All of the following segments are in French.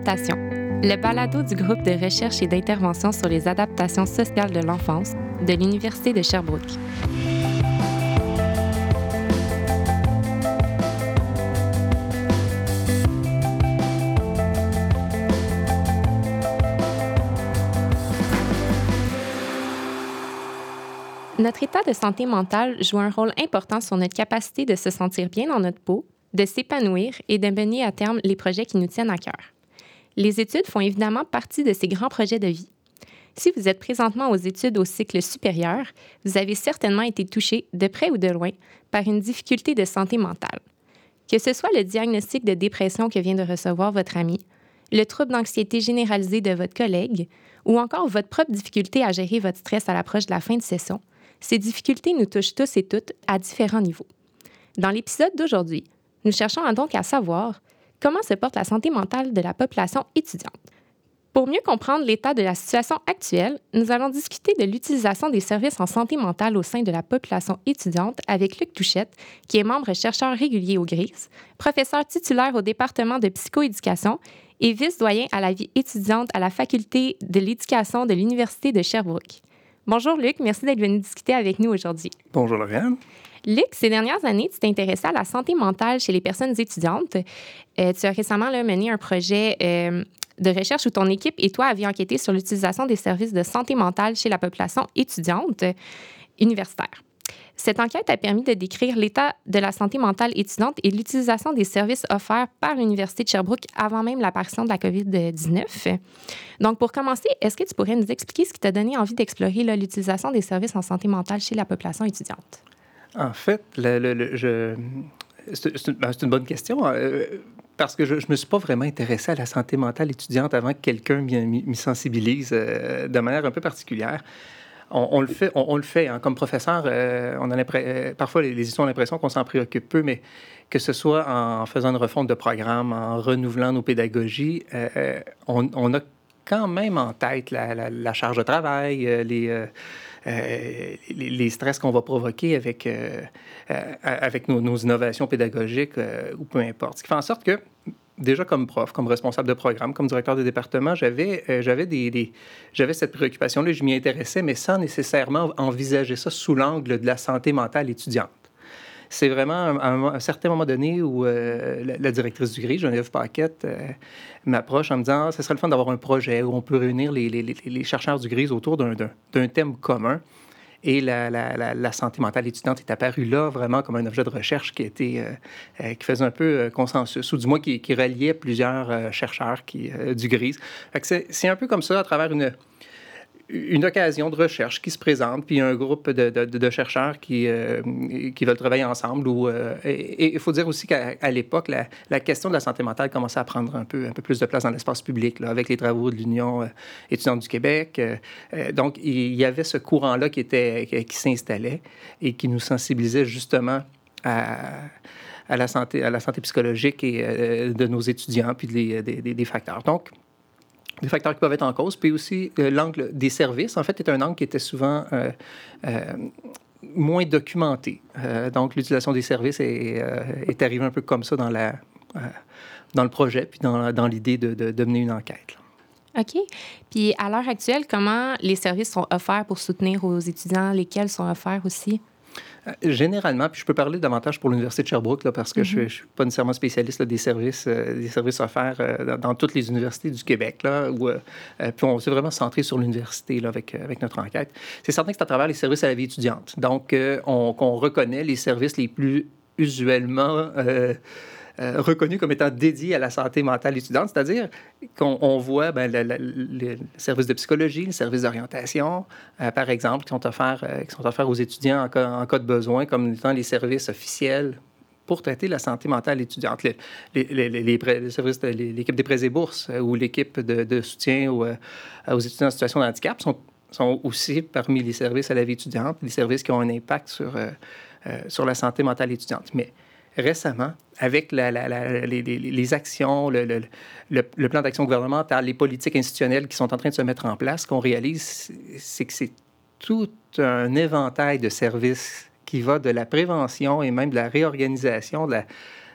Adaptation, le balado du groupe de recherche et d'intervention sur les adaptations sociales de l'enfance de l'Université de Sherbrooke. Notre état de santé mentale joue un rôle important sur notre capacité de se sentir bien dans notre peau, de s'épanouir et de mener à terme les projets qui nous tiennent à cœur. Les études font évidemment partie de ces grands projets de vie. Si vous êtes présentement aux études au cycle supérieur, vous avez certainement été touché, de près ou de loin, par une difficulté de santé mentale. Que ce soit le diagnostic de dépression que vient de recevoir votre ami, le trouble d'anxiété généralisé de votre collègue, ou encore votre propre difficulté à gérer votre stress à l'approche de la fin de session, ces difficultés nous touchent tous et toutes à différents niveaux. Dans l'épisode d'aujourd'hui, nous cherchons donc à savoir comment se porte la santé mentale de la population étudiante. Pour mieux comprendre l'état de la situation actuelle, nous allons discuter de l'utilisation des services en santé mentale au sein de la population étudiante avec Luc Touchette, qui est membre chercheur régulier au GRIS, professeur titulaire au département de psychoéducation et vice-doyen à la vie étudiante à la faculté de l'éducation de l'Université de Sherbrooke. Bonjour Luc, merci d'être venu discuter avec nous aujourd'hui. Bonjour Lauriane. Luc, ces dernières années, tu t'es intéressé à la santé mentale chez les personnes étudiantes. Tu as récemment mené un projet de recherche où ton équipe et toi aviez enquêté sur l'utilisation des services de santé mentale chez la population étudiante universitaire. Cette enquête a permis de décrire l'état de la santé mentale étudiante et l'utilisation des services offerts par l'Université de Sherbrooke avant même l'apparition de la COVID-19. Donc, pour commencer, est-ce que tu pourrais nous expliquer ce qui t'a donné envie d'explorer l'utilisation des services en santé mentale chez la population étudiante? En fait, c'est une bonne question parce que je ne me suis pas vraiment intéressé à la santé mentale étudiante avant que quelqu'un m'y sensibilise de manière un peu particulière. On le fait hein, comme professeur. Parfois, les étudiants ont l'impression qu'on s'en préoccupe peu, mais que ce soit en faisant une refonte de programme, en renouvelant nos pédagogies, on a quand même en tête la charge de travail, les stress qu'on va provoquer avec nos innovations pédagogiques ou peu importe. Ce qui fait en sorte que, déjà comme prof, comme responsable de programme, comme directeur de département, j'avais cette préoccupation-là, je m'y intéressais, mais sans nécessairement envisager ça sous l'angle de la santé mentale étudiante. C'est vraiment à un certain moment donné où la directrice du GRIS, Geneviève Paquette, m'approche en me disant « ce serait le fun d'avoir un projet où on peut réunir les chercheurs du GRIS autour d'un thème commun ». Et la santé mentale étudiante est apparue là vraiment comme un objet de recherche qui faisait un peu consensus, ou du moins qui reliait plusieurs chercheurs du GRIS. Fait que c'est un peu comme ça, à travers une occasion de recherche qui se présente, puis un groupe de chercheurs qui veulent travailler ensemble. Et il faut dire aussi qu'à l'époque, la question de la santé mentale commençait à prendre un peu plus de place dans l'espace public, là, avec les travaux de l'Union étudiante du Québec. Donc, il y avait ce courant-là qui s'installait et qui nous sensibilisait justement à la santé psychologique et de nos étudiants, puis des facteurs. Donc, des facteurs qui peuvent être en cause, puis aussi l'angle des services, en fait, est un angle qui était souvent moins documenté. Donc, l'utilisation des services est arrivée un peu comme ça dans le projet, puis dans l'idée de mener une enquête. Là. OK. Puis, à l'heure actuelle, comment les services sont offerts pour soutenir aux étudiants? Lesquels sont offerts aussi? Généralement, puis je peux parler davantage pour l'Université de Sherbrooke, là, parce que je ne suis pas nécessairement spécialiste là, des services offerts dans toutes les universités du Québec. Là, puis on s'est vraiment centré sur l'université là, avec notre enquête. C'est certain que c'est à travers les services à la vie étudiante. Donc, qu'on reconnaît les services les plus usuellement reconnus comme étant dédiés à la santé mentale étudiante, c'est-à-dire qu'on voit le service de psychologie, le service d'orientation, par exemple, qui sont offerts aux étudiants en cas de besoin, comme étant les services officiels pour traiter la santé mentale étudiante. Les services de l'équipe des prêts et bourses ou l'équipe de soutien aux étudiants en situation de handicap sont aussi parmi les services à la vie étudiante, les services qui ont un impact sur la santé mentale étudiante. Mais récemment, avec les actions, le plan d'action gouvernemental, les politiques institutionnelles qui sont en train de se mettre en place, ce qu'on réalise, c'est que c'est tout un éventail de services qui va de la prévention et même de la réorganisation,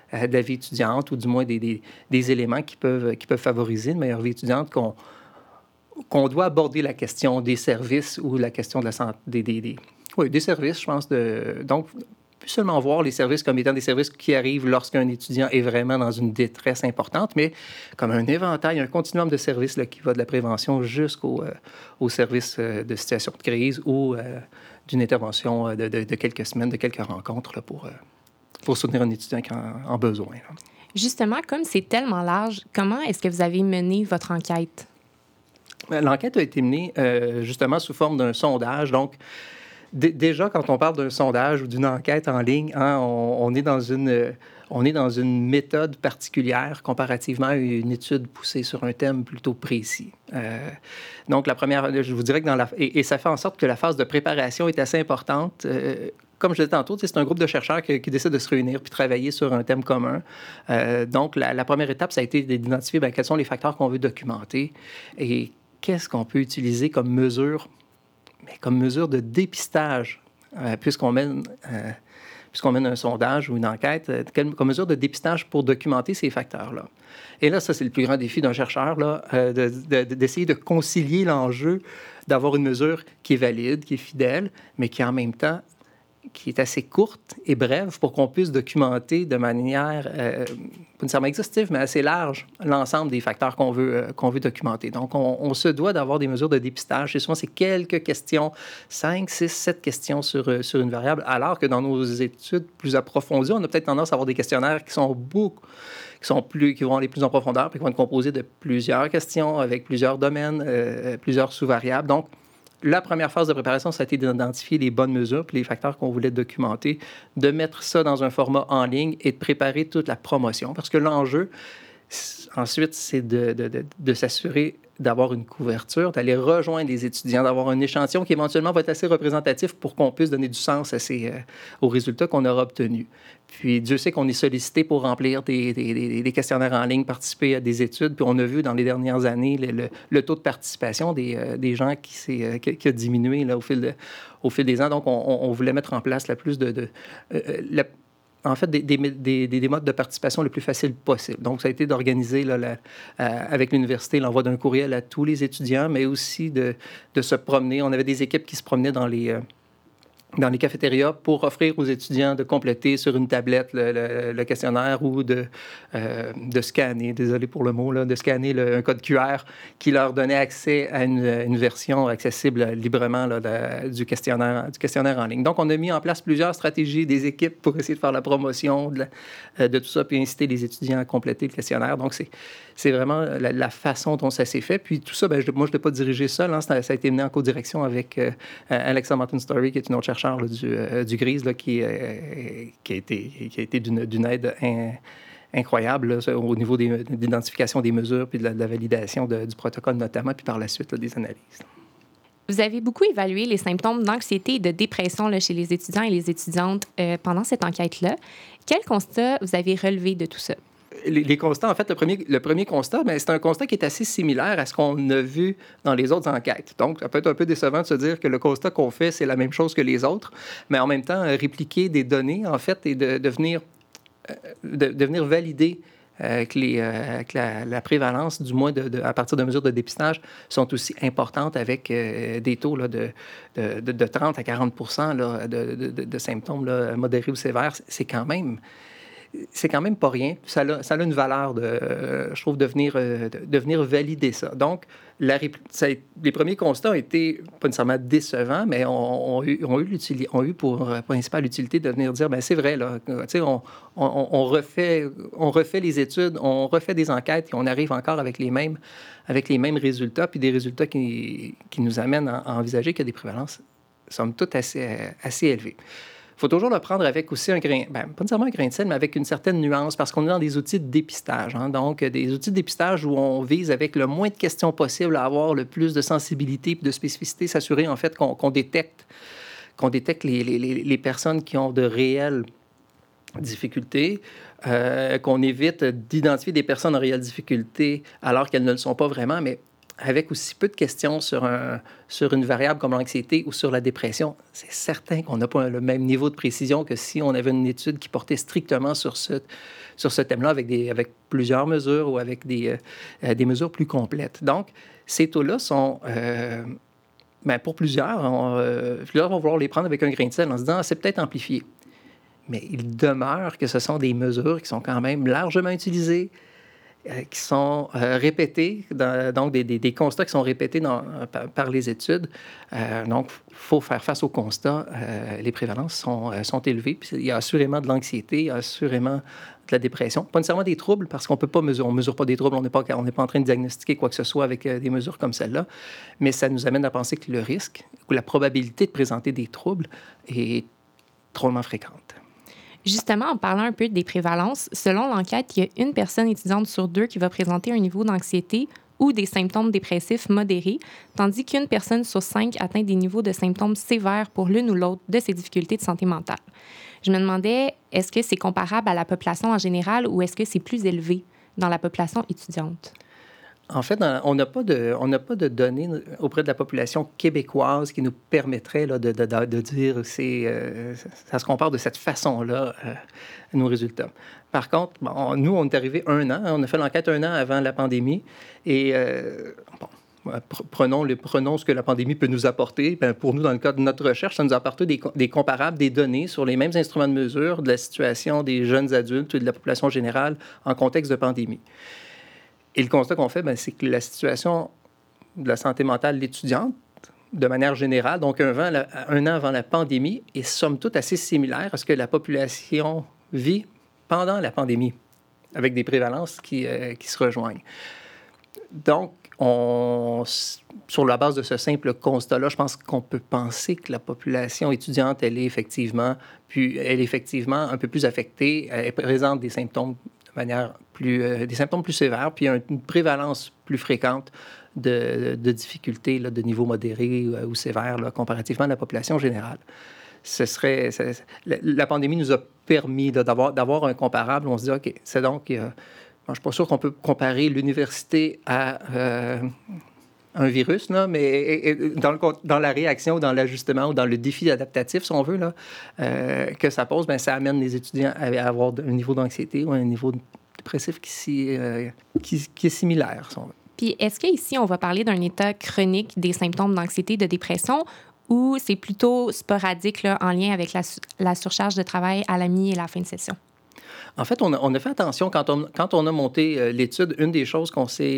de la vie étudiante, ou du moins des éléments qui peuvent favoriser une meilleure vie étudiante, qu'on doit aborder la question des services ou la question de la santé, des services, je pense. Donc, plus seulement voir les services comme étant des services qui arrivent lorsqu'un étudiant est vraiment dans une détresse importante, mais comme un éventail, un continuum de services là, qui va de la prévention jusqu'au service de situation de crise ou d'une intervention de quelques semaines, de quelques rencontres là, pour soutenir un étudiant qui en besoin. Là. Justement, comme c'est tellement large, comment est-ce que vous avez mené votre enquête? L'enquête a été menée justement sous forme d'un sondage. Donc, déjà, quand on parle d'un sondage ou d'une enquête en ligne, hein, on est dans une méthode particulière comparativement à une étude poussée sur un thème plutôt précis. Donc, la première, je vous dirais que et ça fait en sorte que la phase de préparation est assez importante. Comme je disais tantôt, c'est un groupe de chercheurs qui décide de se réunir puis travailler sur un thème commun. Donc, la première étape, ça a été d'identifier quels sont les facteurs qu'on veut documenter et qu'est-ce qu'on peut utiliser comme mesure de dépistage, puisqu'on mène un sondage ou une enquête, comme mesure de dépistage pour documenter ces facteurs-là. Et là, ça, c'est le plus grand défi d'un chercheur, là, d'essayer de concilier l'enjeu d'avoir une mesure qui est valide, qui est fidèle, mais qui, en même temps, qui est assez courte et brève pour qu'on puisse documenter de manière, pas nécessairement exhaustive, mais assez large, l'ensemble des facteurs qu'on veut documenter. Donc, on se doit d'avoir des mesures de dépistage. Et souvent, c'est quelques questions, 5, 6, 7 questions sur une variable, alors que dans nos études plus approfondies, on a peut-être tendance à avoir des questionnaires qui vont aller plus en profondeur, puis qui vont être composés de plusieurs questions avec plusieurs domaines, plusieurs sous-variables. Donc, la première phase de préparation, ça a été d'identifier les bonnes mesures puis les facteurs qu'on voulait documenter, de mettre ça dans un format en ligne et de préparer toute la promotion. Parce que l'enjeu, ensuite, c'est de s'assurer d'avoir une couverture, d'aller rejoindre les étudiants, d'avoir un échantillon qui éventuellement va être assez représentatif pour qu'on puisse donner du sens aux résultats qu'on aura obtenus. Puis Dieu sait qu'on est sollicité pour remplir des questionnaires en ligne, participer à des études. Puis on a vu dans les dernières années le taux de participation des gens qui a diminué là, au fil des ans. Donc, on voulait mettre en place en fait, des modes de participation le plus facile possible. Donc, ça a été d'organiser avec l'université l'envoi d'un courriel à tous les étudiants, mais aussi de se promener. On avait des équipes qui se promenaient dans les cafétérias pour offrir aux étudiants de compléter sur une tablette le questionnaire ou de scanner, désolé pour le mot, là, de scanner un code QR qui leur donnait accès à une version accessible librement là, du questionnaire en ligne. Donc, on a mis en place plusieurs stratégies des équipes pour essayer de faire la promotion de tout ça, puis inciter les étudiants à compléter le questionnaire. Donc, c'est vraiment la façon dont ça s'est fait. Puis tout ça, moi, je ne l'ai pas dirigé seul. Hein. Ça a été mené en co-direction avec Alexa Martin-Story, qui est une autre chercheure là, du GRISE, là, qui a été d'une aide incroyable là, au niveau de l'identification des mesures puis de la validation du protocole notamment, puis par la suite là, des analyses. Vous avez beaucoup évalué les symptômes d'anxiété et de dépression là, chez les étudiants et les étudiantes pendant cette enquête-là. Quel constat vous avez relevé de tout ça? Les constats, en fait, le premier constat, c'est un constat qui est assez similaire à ce qu'on a vu dans les autres enquêtes. Donc, ça peut être un peu décevant de se dire que le constat qu'on fait, c'est la même chose que les autres, mais en même temps, répliquer des données, en fait, et de venir valider que la prévalence, du moins à partir de mesures de dépistage, sont aussi importantes avec des taux là, de 30 à 40 % là, de symptômes là, modérés ou sévères. C'est quand même pas rien. Ça a une valeur, je trouve, de venir valider ça. Donc, les premiers constats ont été pas nécessairement décevants, mais ont eu pour principale utilité de venir dire, c'est vrai, là, on refait les études, on refait des enquêtes et on arrive encore avec les mêmes résultats, puis des résultats qui nous amènent à envisager qu'il y a des prévalences, somme toute, assez élevées. Il faut toujours le prendre avec aussi un grain, pas nécessairement un grain de sel, mais avec une certaine nuance, parce qu'on est dans des outils de dépistage. Hein, donc, des outils de dépistage où on vise avec le moins de questions possible à avoir le plus de sensibilité et de spécificité, s'assurer en fait qu'on détecte les personnes qui ont de réelles difficultés, qu'on évite d'identifier des personnes en réelle difficulté alors qu'elles ne le sont pas vraiment, mais avec aussi peu de questions sur une variable comme l'anxiété ou sur la dépression, c'est certain qu'on n'a pas le même niveau de précision que si on avait une étude qui portait strictement sur ce thème-là avec plusieurs mesures ou avec des mesures plus complètes. Donc, ces taux-là sont... pour plusieurs, plusieurs vont vouloir les prendre avec un grain de sel en se disant « c'est peut-être amplifié ». Mais il demeure que ce sont des mesures qui sont quand même largement utilisées, qui sont répétés, donc des constats qui sont répétés par les études. Donc, il faut faire face au constat. Les prévalences sont élevées. Puis il y a assurément de l'anxiété, il y a assurément de la dépression. Pas nécessairement des troubles, parce qu'on peut pas mesurer. On ne mesure pas des troubles, on n'est pas en train de diagnostiquer quoi que ce soit avec des mesures comme celle-là. Mais ça nous amène à penser que le risque ou la probabilité de présenter des troubles est drôlement fréquente. Justement, en parlant un peu des prévalences, selon l'enquête, il y a une personne étudiante sur 2 qui va présenter un niveau d'anxiété ou des symptômes dépressifs modérés, tandis qu'une personne sur 5 atteint des niveaux de symptômes sévères pour l'une ou l'autre de ces difficultés de santé mentale. Je me demandais, est-ce que c'est comparable à la population en général ou est-ce que c'est plus élevé dans la population étudiante? En fait, on n'a pas de données auprès de la population québécoise qui nous permettrait là, de dire que ça se compare de cette façon-là à nos résultats. Par contre, nous, on est arrivé on a fait l'enquête 1 an avant la pandémie et prenons ce que la pandémie peut nous apporter. Bien, pour nous, dans le cadre de notre recherche, ça nous a apporté des comparables, des données sur les mêmes instruments de mesure de la situation des jeunes adultes et de la population générale en contexte de pandémie. Et le constat qu'on fait, c'est que la situation de la santé mentale étudiante, de manière générale, donc un an avant la pandémie, est somme toute assez similaire à ce que la population vit pendant la pandémie, avec des prévalences qui se rejoignent. Donc, sur la base de ce simple constat-là, je pense qu'on peut penser que la population étudiante, elle est effectivement un peu plus affectée, elle présente des symptômes des symptômes plus sévères, puis une prévalence plus fréquente de difficultés de niveau modéré ou sévère comparativement à la population générale. La pandémie nous a permis d'avoir un comparable où on se dit, OK, c'est donc... je ne suis pas sûr qu'on peut comparer l'université à un virus, là, mais dans la réaction, dans l'ajustement ou dans le défi adaptatif, si on veut, là, que ça pose, ça amène les étudiants à avoir un niveau d'anxiété ou un niveau dépressif qui est similaire, si on veut. Puis, est-ce qu'ici, on va parler d'un état chronique des symptômes d'anxiété, de dépression, ou c'est plutôt sporadique là, en lien avec la surcharge de travail à la mi et la fin de session? En fait, on a fait attention quand on a monté l'étude. Une des choses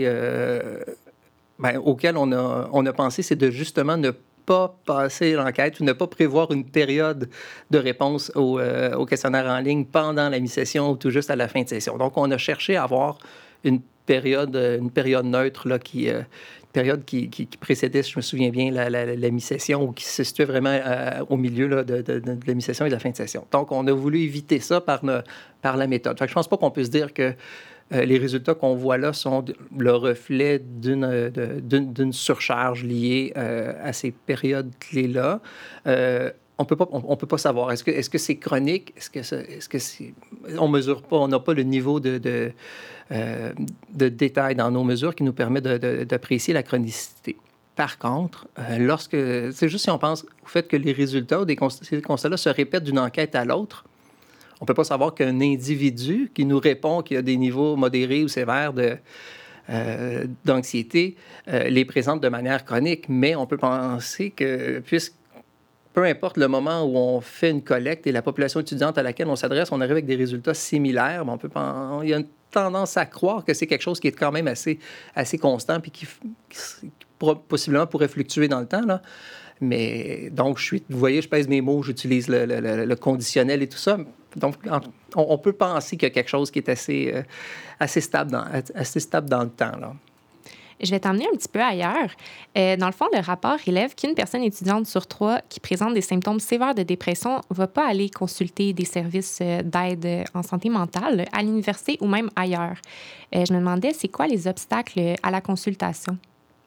auxquelles on a pensé, c'est de justement ne pas passer l'enquête ou ne pas prévoir une période de réponse au questionnaire en ligne pendant la mi-session ou tout juste à la fin de session. Donc, on a cherché à avoir une période neutre là, période qui précédait, si je me souviens bien, la mi-session ou qui se situait vraiment au milieu là, de la mi-session et de la fin de session. Donc, on a voulu éviter ça par la méthode. Fait que je ne pense pas qu'on peut se dire que les résultats qu'on voit là sont le reflet d'une surcharge liée à ces périodes clés-là. On peut pas savoir. Est-ce que c'est chronique? On mesure pas, on n'a pas le niveau de détail dans nos mesures qui nous permet d'apprécier la chronicité. Par contre, c'est juste si on pense au fait que les résultats ces constats-là se répètent d'une enquête à l'autre, on ne peut pas savoir qu'un individu qui nous répond qu'il a des niveaux modérés ou sévères d'anxiété les présente de manière chronique, mais on peut penser que peu importe le moment où on fait une collecte et la population étudiante à laquelle on s'adresse, on arrive avec des résultats similaires, il y a une tendance à croire que c'est quelque chose qui est quand même assez constant puis qui possiblement pourrait fluctuer dans le temps, là. Mais donc, vous voyez, je pèse mes mots, j'utilise le conditionnel et tout ça. Donc, on peut penser qu'il y a quelque chose qui est assez stable dans le temps, là. Je vais t'emmener un petit peu ailleurs. Dans le fond, le rapport relève qu'une personne étudiante sur 3 qui présente des symptômes sévères de dépression ne va pas aller consulter des services d'aide en santé mentale à l'université ou même ailleurs. Je me demandais, c'est quoi les obstacles à la consultation?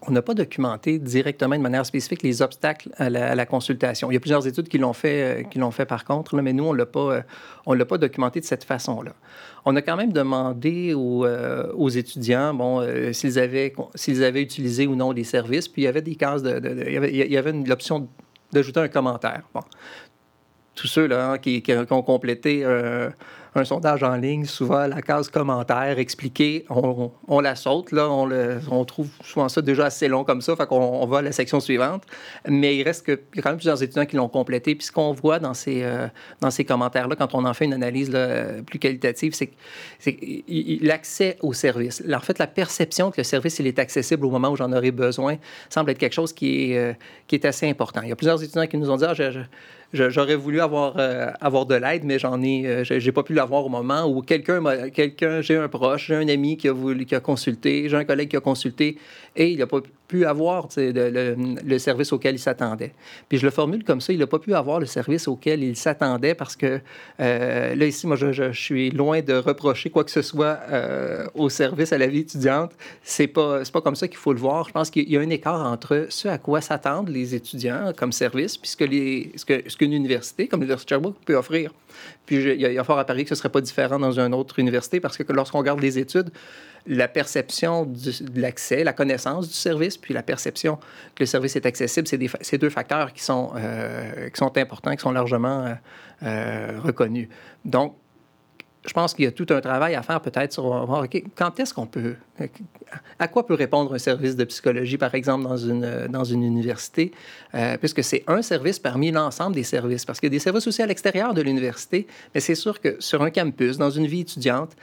n'a pas documenté directement de manière spécifique les obstacles à la consultation. Il y a plusieurs études qui l'ont fait par contre, là, mais nous, on ne l'a pas documenté de cette façon-là. On a quand même demandé aux étudiants s'ils avaient utilisé ou non les services, puis il y avait des cases il y avait l'option d'ajouter un commentaire. Bon. Tous ceux là, qui ont complété un sondage en ligne, souvent la case commentaire, expliqué, on la saute. Là, on trouve souvent ça déjà assez long comme ça, fait qu'on va à la section suivante. Mais il y a quand même plusieurs étudiants qui l'ont complété. Puis ce qu'on voit dans ces commentaires-là, quand on en fait une analyse là, plus qualitative, c'est l'accès au service. En fait, la perception que le service il est accessible au moment où j'en aurai besoin semble être quelque chose qui est assez important. Il y a plusieurs étudiants qui nous ont dit j'aurais voulu avoir de l'aide, mais j'ai pas pu l'avoir au moment où j'ai un proche, j'ai un ami qui a consulté, j'ai un collègue qui a consulté et il n'a pas pu avoir le service auquel il s'attendait. Puis je le formule comme ça, il n'a pas pu avoir le service auquel il s'attendait parce que là, ici, moi, je suis loin de reprocher quoi que ce soit au service à la vie étudiante. C'est pas comme ça qu'il faut le voir. Je pense qu'il y a un écart entre ce à quoi s'attendent les étudiants comme service puis ce qu'une université, comme l'Université de Sherbrooke, peut offrir. Puis il y a fort à parier que ce ne serait pas différent dans une autre université parce que lorsqu'on regarde les études, la perception de l'accès, la connaissance du service, puis la perception que le service est accessible, c'est deux facteurs qui sont importants, qui sont largement reconnus. Donc, je pense qu'il y a tout un travail à faire peut-être sur voir, OK, quand est-ce qu'on peut... À quoi peut répondre un service de psychologie, par exemple, dans une université, puisque c'est un service parmi l'ensemble des services. Parce qu'il y a des services aussi à l'extérieur de l'université, mais c'est sûr que sur un campus, dans une vie étudiante,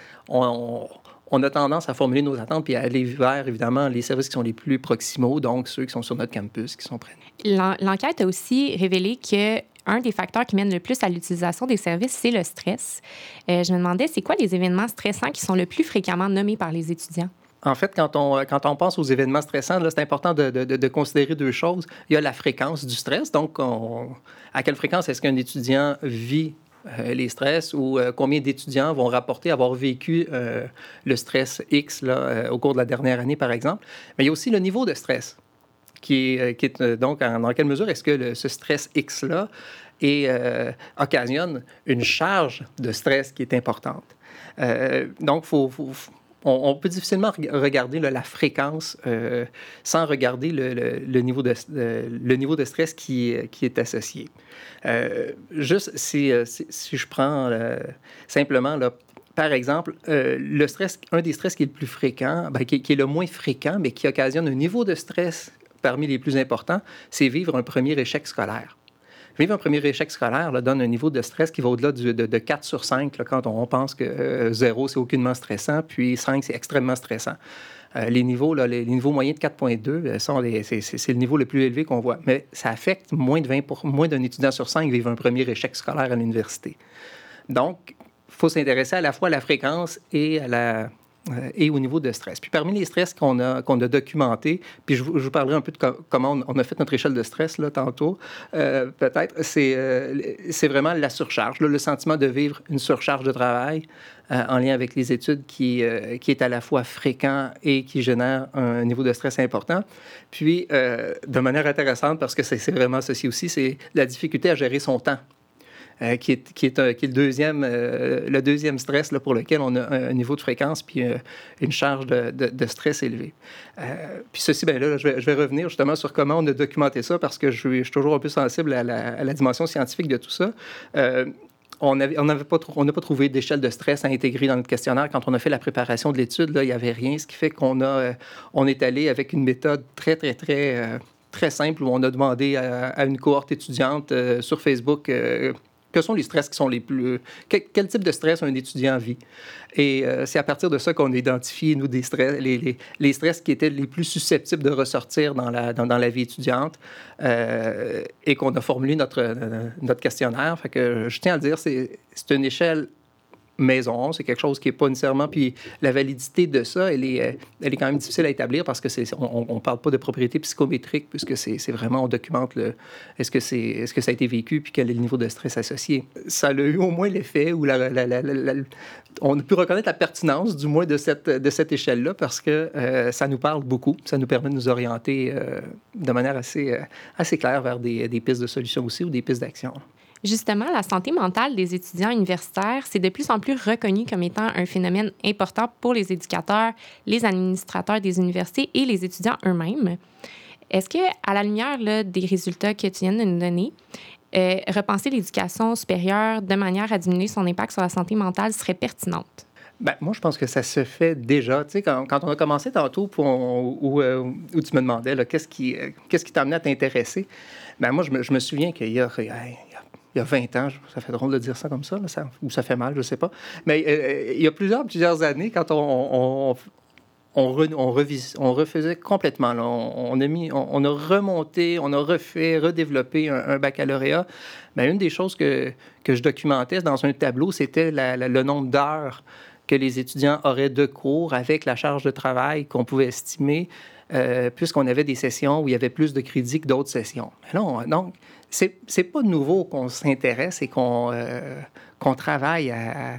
on a tendance à formuler nos attentes puis à aller vers, évidemment, les services qui sont les plus proximaux, donc ceux qui sont sur notre campus, qui sont près de nous. L'enquête a aussi révélé que un des facteurs qui mène le plus à l'utilisation des services, c'est le stress. Je me demandais, c'est quoi les événements stressants qui sont le plus fréquemment nommés par les étudiants? En fait, quand on pense aux événements stressants, là, c'est important de considérer deux choses. Il y a la fréquence du stress, donc à quelle fréquence est-ce qu'un étudiant vit les stress ou combien d'étudiants vont rapporter avoir vécu le stress X là, au cours de la dernière année, par exemple. Mais il y a aussi le niveau de stress. Qui est donc dans quelle mesure est-ce que ce stress X-là occasionne une charge de stress qui est importante. Donc, on peut difficilement regarder la fréquence sans regarder le niveau de stress qui est associé. Juste si je prends simplement... Là, par exemple, le stress, un des stress qui est le plus fréquent, qui est le moins fréquent, mais qui occasionne un niveau de stress parmi les plus importants, c'est vivre un premier échec scolaire. Vivre un premier échec scolaire là, donne un niveau de stress qui va au-delà de 4 sur 5, là, quand on pense que 0, c'est aucunement stressant, puis 5, c'est extrêmement stressant. Les niveaux moyens de 4,2, c'est le niveau le plus élevé qu'on voit. Mais ça affecte moins d'un étudiant sur 5 vivre un premier échec scolaire à l'université. Donc, il faut s'intéresser à la fois à la fréquence et au niveau de stress. Puis parmi les stress qu'on a documentés, puis je vous parlerai un peu de comment on a fait notre échelle de stress là, tantôt, peut-être, c'est vraiment la surcharge, là, le sentiment de vivre une surcharge de travail en lien avec les études qui est à la fois fréquent et qui génère un niveau de stress important. Puis, de manière intéressante, parce que c'est vraiment ceci aussi, c'est la difficulté à gérer son temps. Qui est le deuxième stress là, pour lequel on a un niveau de fréquence puis une charge de stress élevée. Puis ceci, bien là, je vais revenir justement sur comment on a documenté ça parce que je suis toujours un peu sensible à la dimension scientifique de tout ça. On n'a pas trouvé d'échelle de stress à intégrer dans notre questionnaire. Quand on a fait la préparation de l'étude, là, il n'y avait rien, ce qui fait qu'on est allé avec une méthode très, très, très, très simple où on a demandé à une cohorte étudiante sur Facebook quels sont les stress qui sont les plus... Quel type de stress un étudiant vit? Et c'est à partir de ça qu'on a identifié, nous, des stress, les stress qui étaient les plus susceptibles de ressortir dans la vie étudiante et qu'on a formulé notre questionnaire. Fait que je tiens à le dire, c'est une échelle maison, c'est quelque chose qui n'est pas nécessairement... Puis la validité de ça, elle est quand même difficile à établir parce que on ne parle pas de propriété psychométrique puisque c'est vraiment, on documente est-ce que ça a été vécu puis quel est le niveau de stress associé. Ça a eu au moins l'effet où on a pu reconnaître la pertinence, du moins, de cette échelle-là parce que ça nous parle beaucoup. Ça nous permet de nous orienter de manière assez claire vers des pistes de solutions aussi ou des pistes d'action. Justement, la santé mentale des étudiants universitaires, c'est de plus en plus reconnu comme étant un phénomène important pour les éducateurs, les administrateurs des universités et les étudiants eux-mêmes. Est-ce que, à la lumière là, des résultats que tu viens de nous donner, repenser l'éducation supérieure de manière à diminuer son impact sur la santé mentale serait pertinente? Bien, moi, je pense que ça se fait déjà. Tu sais, quand on a commencé tantôt, où tu me demandais là, qu'est-ce qui t'a amené à t'intéresser, bien, moi, je me souviens qu'il y a 20 ans, ça fait drôle de dire ça comme ça, là, ou ça fait mal, je ne sais pas. Mais il y a plusieurs années, quand on refaisait complètement. Là. On a remonté, on a refait, redéveloppé un baccalauréat. Bien, une des choses que je documentais dans un tableau, c'était le nombre d'heures que les étudiants auraient de cours avec la charge de travail qu'on pouvait estimer, puisqu'on avait des sessions où il y avait plus de crédits que d'autres sessions. Mais là, donc, c'est pas nouveau qu'on s'intéresse et qu'on travaille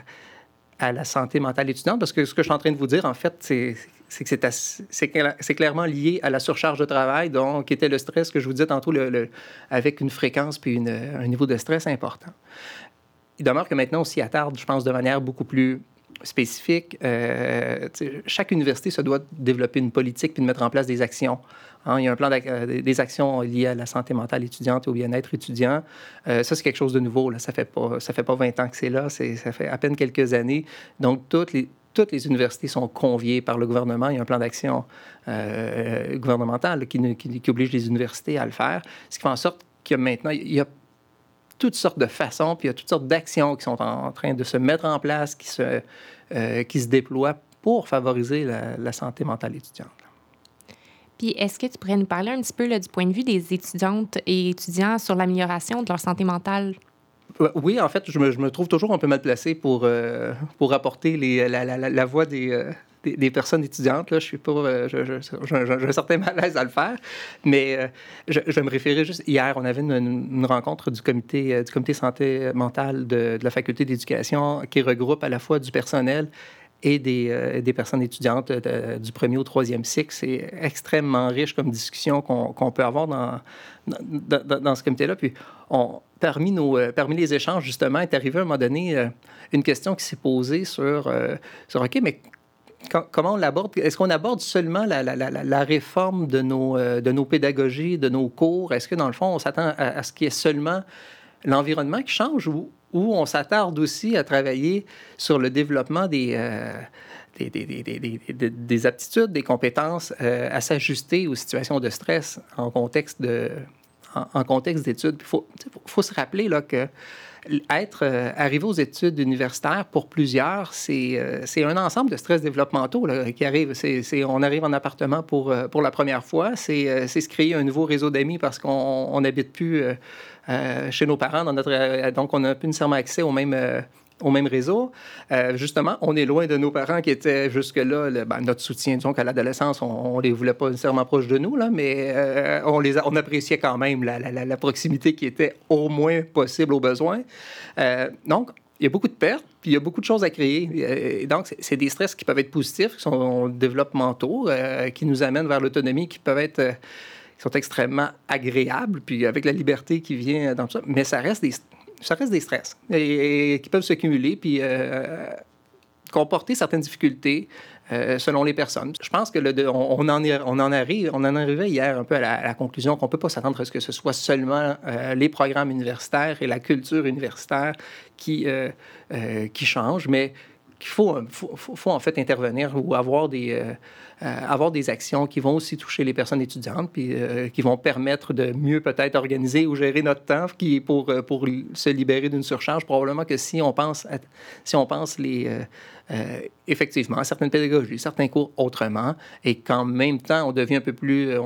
à la santé mentale étudiante, parce que ce que je suis en train de vous dire, en fait, c'est que c'est clairement lié à la surcharge de travail, donc qui était le stress que je vous disais tantôt, avec une fréquence puis un niveau de stress important. Il demeure que maintenant, on s'y attarde, je pense, de manière beaucoup plus spécifique. Chaque université se doit développer une politique puis de mettre en place des actions. Hein, il y a un plan des actions liées à la santé mentale étudiante et au bien-être étudiant. Ça, c'est quelque chose de nouveau. Là. Ça fait pas 20 ans que c'est là. Ça fait à peine quelques années. Donc, toutes les universités sont conviées par le gouvernement. Il y a un plan d'action gouvernemental qui oblige les universités à le faire. Ce qui fait en sorte que maintenant, il y a toutes sortes de façons, puis il y a toutes sortes d'actions qui sont en train de se mettre en place, qui se déploient pour favoriser la santé mentale étudiante. Puis, est-ce que tu pourrais nous parler un petit peu là, du point de vue des étudiantes et étudiants sur l'amélioration de leur santé mentale? Oui, en fait, je me trouve toujours un peu mal placé pour apporter la voix des personnes étudiantes. Là. Je suis pas, j'ai un certain malaise à le faire, mais je vais me référer juste. Hier, on avait une rencontre du comité santé mentale de la faculté d'éducation qui regroupe à la fois du personnel et des personnes étudiantes du premier au troisième cycle. C'est extrêmement riche comme discussion qu'on peut avoir dans ce comité-là. Puis, parmi les échanges, justement, est arrivé à un moment donné une question qui s'est posée sur OK, mais comment on l'aborde? Est-ce qu'on aborde seulement la réforme de nos pédagogies, de nos cours? Est-ce que, dans le fond, on s'attend à ce qu'il y ait seulement l'environnement qui change ou on s'attarde aussi à travailler sur le développement des aptitudes, des compétences à s'ajuster aux situations de stress en contexte d'études? Il faut se rappeler là, que arrivé aux études universitaires, pour plusieurs, c'est un ensemble de stress développementaux là, qui arrive. On arrive en appartement pour la première fois. C'est se créer un nouveau réseau d'amis parce qu'on n'habite plus chez nos parents. Donc, on n'a plus nécessairement accès au même réseau. Justement, on est loin de nos parents qui étaient jusque-là notre soutien. Disons qu'à l'adolescence, on ne les voulait pas nécessairement proches de nous, là, mais on appréciait quand même la proximité qui était au moins possible aux besoins. Donc, il y a beaucoup de pertes, puis il y a beaucoup de choses à créer. Et donc, c'est des stress qui peuvent être positifs, qui sont développementaux, qui nous amènent vers l'autonomie, qui sont extrêmement agréables, puis avec la liberté qui vient dans tout ça. Mais ça reste des stress et qui peuvent se cumuler puis comporter certaines difficultés selon les personnes. Je pense que on en arrivait hier un peu à la conclusion qu'on ne peut pas s'attendre à ce que ce soit seulement les programmes universitaires et la culture universitaire qui changent, mais qu'il faut en fait intervenir ou avoir des actions qui vont aussi toucher les personnes étudiantes puis qui vont permettre de mieux peut-être organiser ou gérer notre temps pour se libérer d'une surcharge. Probablement que si on pense effectivement à certaines pédagogies, certains cours autrement et qu'en même temps on devient un peu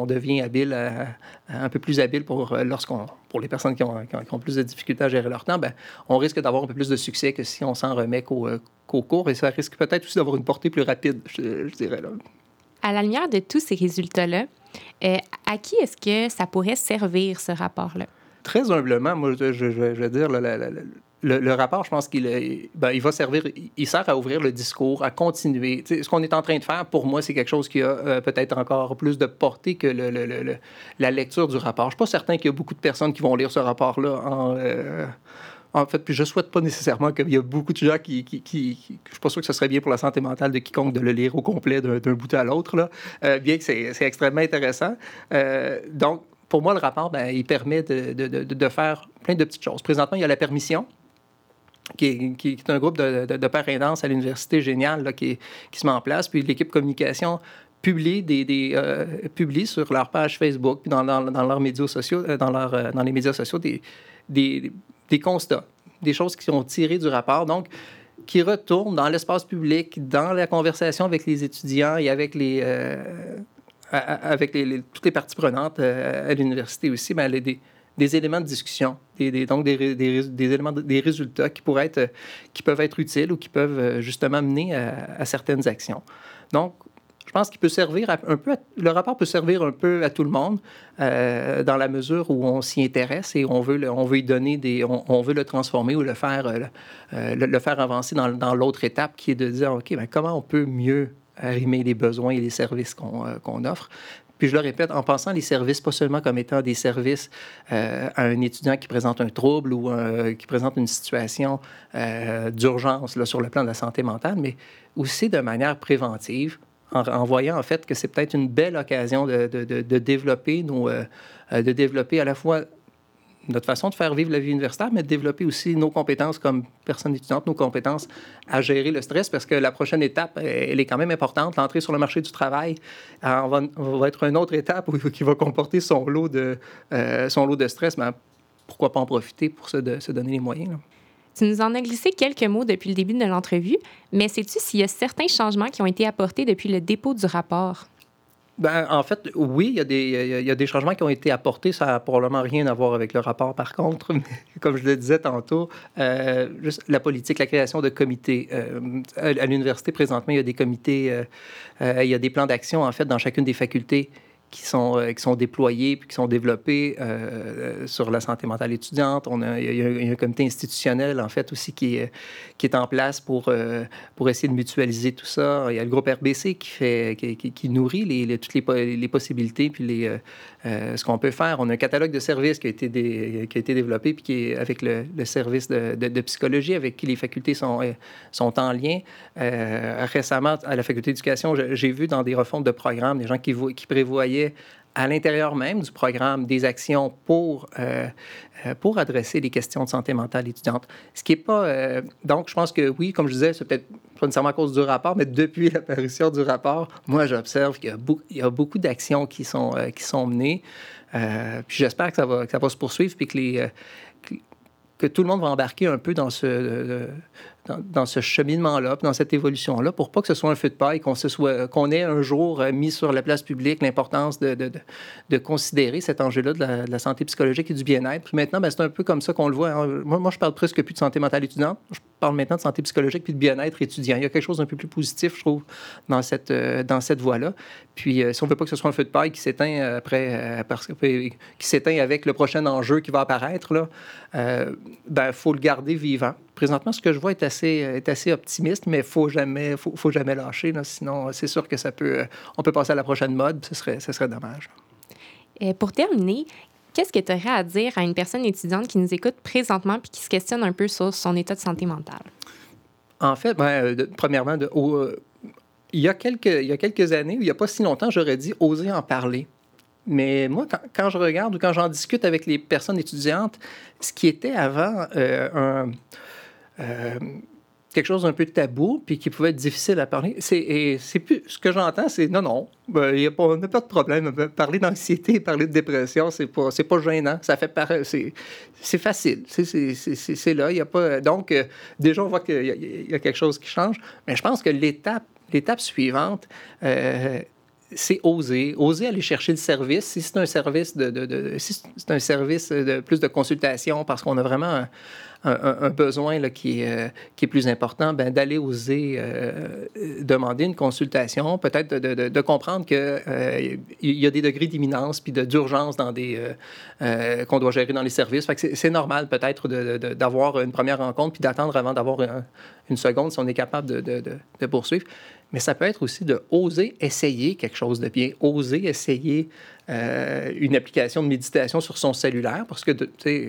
plus habile pour les personnes qui ont plus de difficultés à gérer leur temps, ben, on risque d'avoir un peu plus de succès que si on s'en remet qu'aux recours court et ça risque peut-être aussi d'avoir une portée plus rapide, je dirais. Là. À la lumière de tous ces résultats-là, à qui est-ce que ça pourrait servir, ce rapport-là? Très humblement, moi, je vais dire, le rapport, je pense il va servir, il sert à ouvrir le discours, à continuer. T'sais, ce qu'on est en train de faire, pour moi, c'est quelque chose qui a peut-être encore plus de portée que la lecture du rapport. Je ne suis pas certain qu'il y a beaucoup de personnes qui vont lire ce rapport-là en fait, puis je souhaite pas nécessairement qu'il y a beaucoup de gens qui je suis pas sûr que ce serait bien pour la santé mentale de quiconque de le lire au complet d'un bout à l'autre, là. Bien que c'est extrêmement intéressant. Donc, pour moi, le rapport, il permet de faire plein de petites choses. Présentement, il y a la permission, qui est un groupe de pairs aidants à l'université génial là, qui se met en place. Puis l'équipe communication publie publie sur leur page Facebook, puis dans leurs médias sociaux, dans les médias sociaux, des constats, des choses qui sont tirées du rapport, donc qui retournent dans l'espace public, dans la conversation avec les étudiants et avec toutes les parties prenantes à l'université aussi, des éléments de discussion, donc des éléments, des résultats qui peuvent être utiles ou qui peuvent justement mener à certaines actions. Donc, je pense qu'il peut servir le rapport peut servir un peu à tout le monde dans la mesure où on s'y intéresse et on veut y donner on veut le transformer ou le faire avancer dans l'autre étape qui est de dire, OK, comment on peut mieux arrimer les besoins et les services qu'on offre. Puis je le répète, en pensant les services pas seulement comme étant des services à un étudiant qui présente un trouble ou qui présente une situation d'urgence là, sur le plan de la santé mentale, mais aussi de manière préventive, en voyant en fait que c'est peut-être une belle occasion de développer de développer à la fois notre façon de faire vivre la vie universitaire, mais de développer aussi nos compétences comme personnes étudiantes, nos compétences à gérer le stress, parce que la prochaine étape, elle est quand même importante. L'entrée sur le marché du travail va être une autre étape qui va comporter son lot de stress. Mais pourquoi pas en profiter pour se donner les moyens, là? Tu nous en as glissé quelques mots depuis le début de l'entrevue, mais sais-tu s'il y a certains changements qui ont été apportés depuis le dépôt du rapport? En fait, oui, il y a des changements qui ont été apportés. Ça n'a probablement rien à voir avec le rapport, par contre. Mais, comme je le disais tantôt, juste la politique, la création de comités. À l'université, présentement, il y a des comités, il y a des plans d'action, en fait, dans chacune des facultés qui sont déployés puis qui sont développés sur la santé mentale étudiante. Il y a un comité institutionnel, en fait, aussi qui est en place pour essayer de mutualiser tout ça. Il y a le groupe RBC qui nourrit toutes les possibilités puis ce qu'on peut faire. On a un catalogue de services qui a été développé puis qui est avec le service de psychologie avec qui les facultés sont en lien. Récemment, à la faculté d'éducation, j'ai vu dans des refontes de programmes des gens qui prévoyaient à l'intérieur même du programme des actions pour adresser les questions de santé mentale étudiante. Ce qui n'est pas... donc, je pense que oui, comme je disais, c'est peut-être pas nécessairement à cause du rapport, mais depuis l'apparition du rapport, moi, j'observe qu'il y a beaucoup d'actions qui sont menées. Puis j'espère que ça va se poursuivre puis que tout le monde va embarquer un peu dans ce cheminement-là, dans cette évolution-là, pour pas que ce soit un feu de paille, qu'on ait un jour mis sur la place publique l'importance de considérer cet enjeu-là de la santé psychologique et du bien-être. Puis maintenant, c'est un peu comme ça qu'on le voit. Hein. Moi, je parle presque plus de santé mentale étudiante. Je parle maintenant de santé psychologique puis de bien-être étudiant. Il y a quelque chose d'un peu plus positif, je trouve, dans cette voie-là. Puis, si on veut pas que ce soit un feu de paille qui s'éteint qui s'éteint avec le prochain enjeu qui va apparaître, là, faut le garder vivant. Présentement, ce que je vois est assez optimiste, mais faut jamais lâcher. Là, sinon, c'est sûr que on peut passer à la prochaine mode, ce serait dommage. Pour terminer, qu'est-ce que tu aurais à dire à une personne étudiante qui nous écoute présentement puis qui se questionne un peu sur son état de santé mentale? En fait, premièrement, il y a quelques années, ou il n'y a pas si longtemps, j'aurais dit oser en parler. Mais moi, quand je regarde ou quand j'en discute avec les personnes étudiantes, ce qui était avant quelque chose d'un peu tabou puis qui pouvait être difficile à parler, c'est plus ce que j'entends, c'est non, on n'a pas de problème. Parler d'anxiété, parler de dépression, c'est pas gênant. Ça fait c'est facile. C'est là, il y a pas. Donc déjà on voit qu'il y a quelque chose qui change. Mais je pense que l'étape suivante, c'est oser aller chercher le service. Si c'est un service si c'est un service de plus de consultation parce qu'on a vraiment un besoin là, qui est plus important, ben, d'aller oser demander une consultation, peut-être de comprendre qu'il y a des degrés d'imminence puis d'urgence dans qu'on doit gérer dans les services. Fait que c'est normal peut-être d'avoir une première rencontre puis d'attendre avant d'avoir une seconde si on est capable de poursuivre. Mais ça peut être aussi de oser essayer quelque chose de bien, oser essayer une application de méditation sur son cellulaire parce que, tu sais,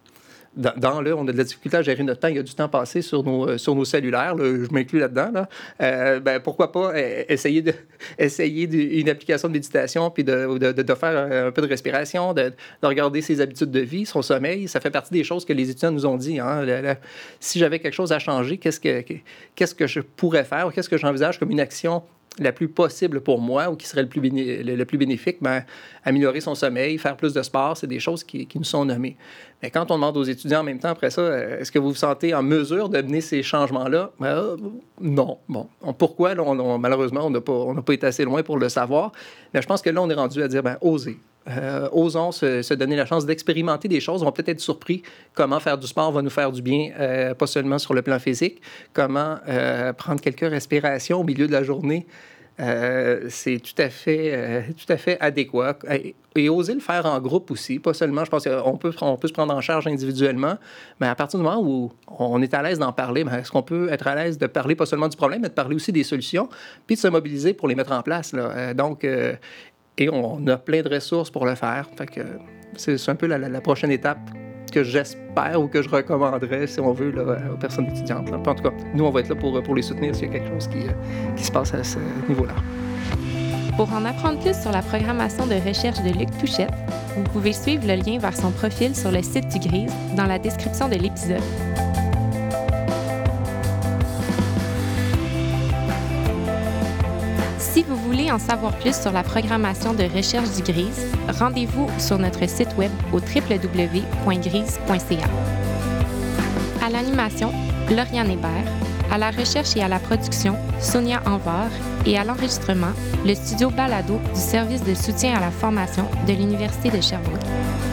on a de la difficulté à gérer notre temps. Il y a du temps passé sur nos cellulaires. Là, je m'inclus là-dedans. Là. Ben, pourquoi pas essayer une application de méditation puis de faire un peu de respiration, de regarder ses habitudes de vie, son sommeil. Ça fait partie des choses que les étudiants nous ont dit. Hein. Si j'avais quelque chose à changer, qu'est-ce que je pourrais faire ou qu'est-ce que j'envisage comme une action la plus possible pour moi ou qui serait le plus bénéfique, ben, améliorer son sommeil, faire plus de sport, c'est des choses qui nous sont nommées. Mais quand on demande aux étudiants en même temps, après ça, est-ce que vous vous sentez en mesure de mener ces changements-là? Non. Bon. Pourquoi? Là, malheureusement, on n'a pas été assez loin pour le savoir. Mais je pense que là, on est rendu à dire, oser. Osons se donner la chance d'expérimenter des choses. On va peut-être être surpris comment faire du sport va nous faire du bien, pas seulement sur le plan physique, comment prendre quelques respirations au milieu de la journée. C'est tout à fait adéquat. Et oser le faire en groupe aussi, pas seulement, je pense qu'on peut se prendre en charge individuellement, mais à partir du moment où on est à l'aise d'en parler, est-ce qu'on peut être à l'aise de parler pas seulement du problème, mais de parler aussi des solutions, puis de se mobiliser pour les mettre en place, là. Et on a plein de ressources pour le faire. Fait que c'est un peu la prochaine étape que j'espère ou que je recommanderais, si on veut, là, aux personnes étudiantes. Là. En tout cas, nous, on va être là pour les soutenir s'il y a quelque chose qui se passe à ce niveau-là. Pour en apprendre plus sur la programmation de recherche de Luc Touchette, vous pouvez suivre le lien vers son profil sur le site du GRISE dans la description de l'épisode. Si vous voulez en savoir plus sur la programmation de recherche du GRISE, rendez-vous sur notre site web au www.grise.ca. À l'animation, Lauriane Hébert. À la recherche et à la production, Sonia Anvar. Et à l'enregistrement, le studio Balado du service de soutien à la formation de l'Université de Sherbrooke.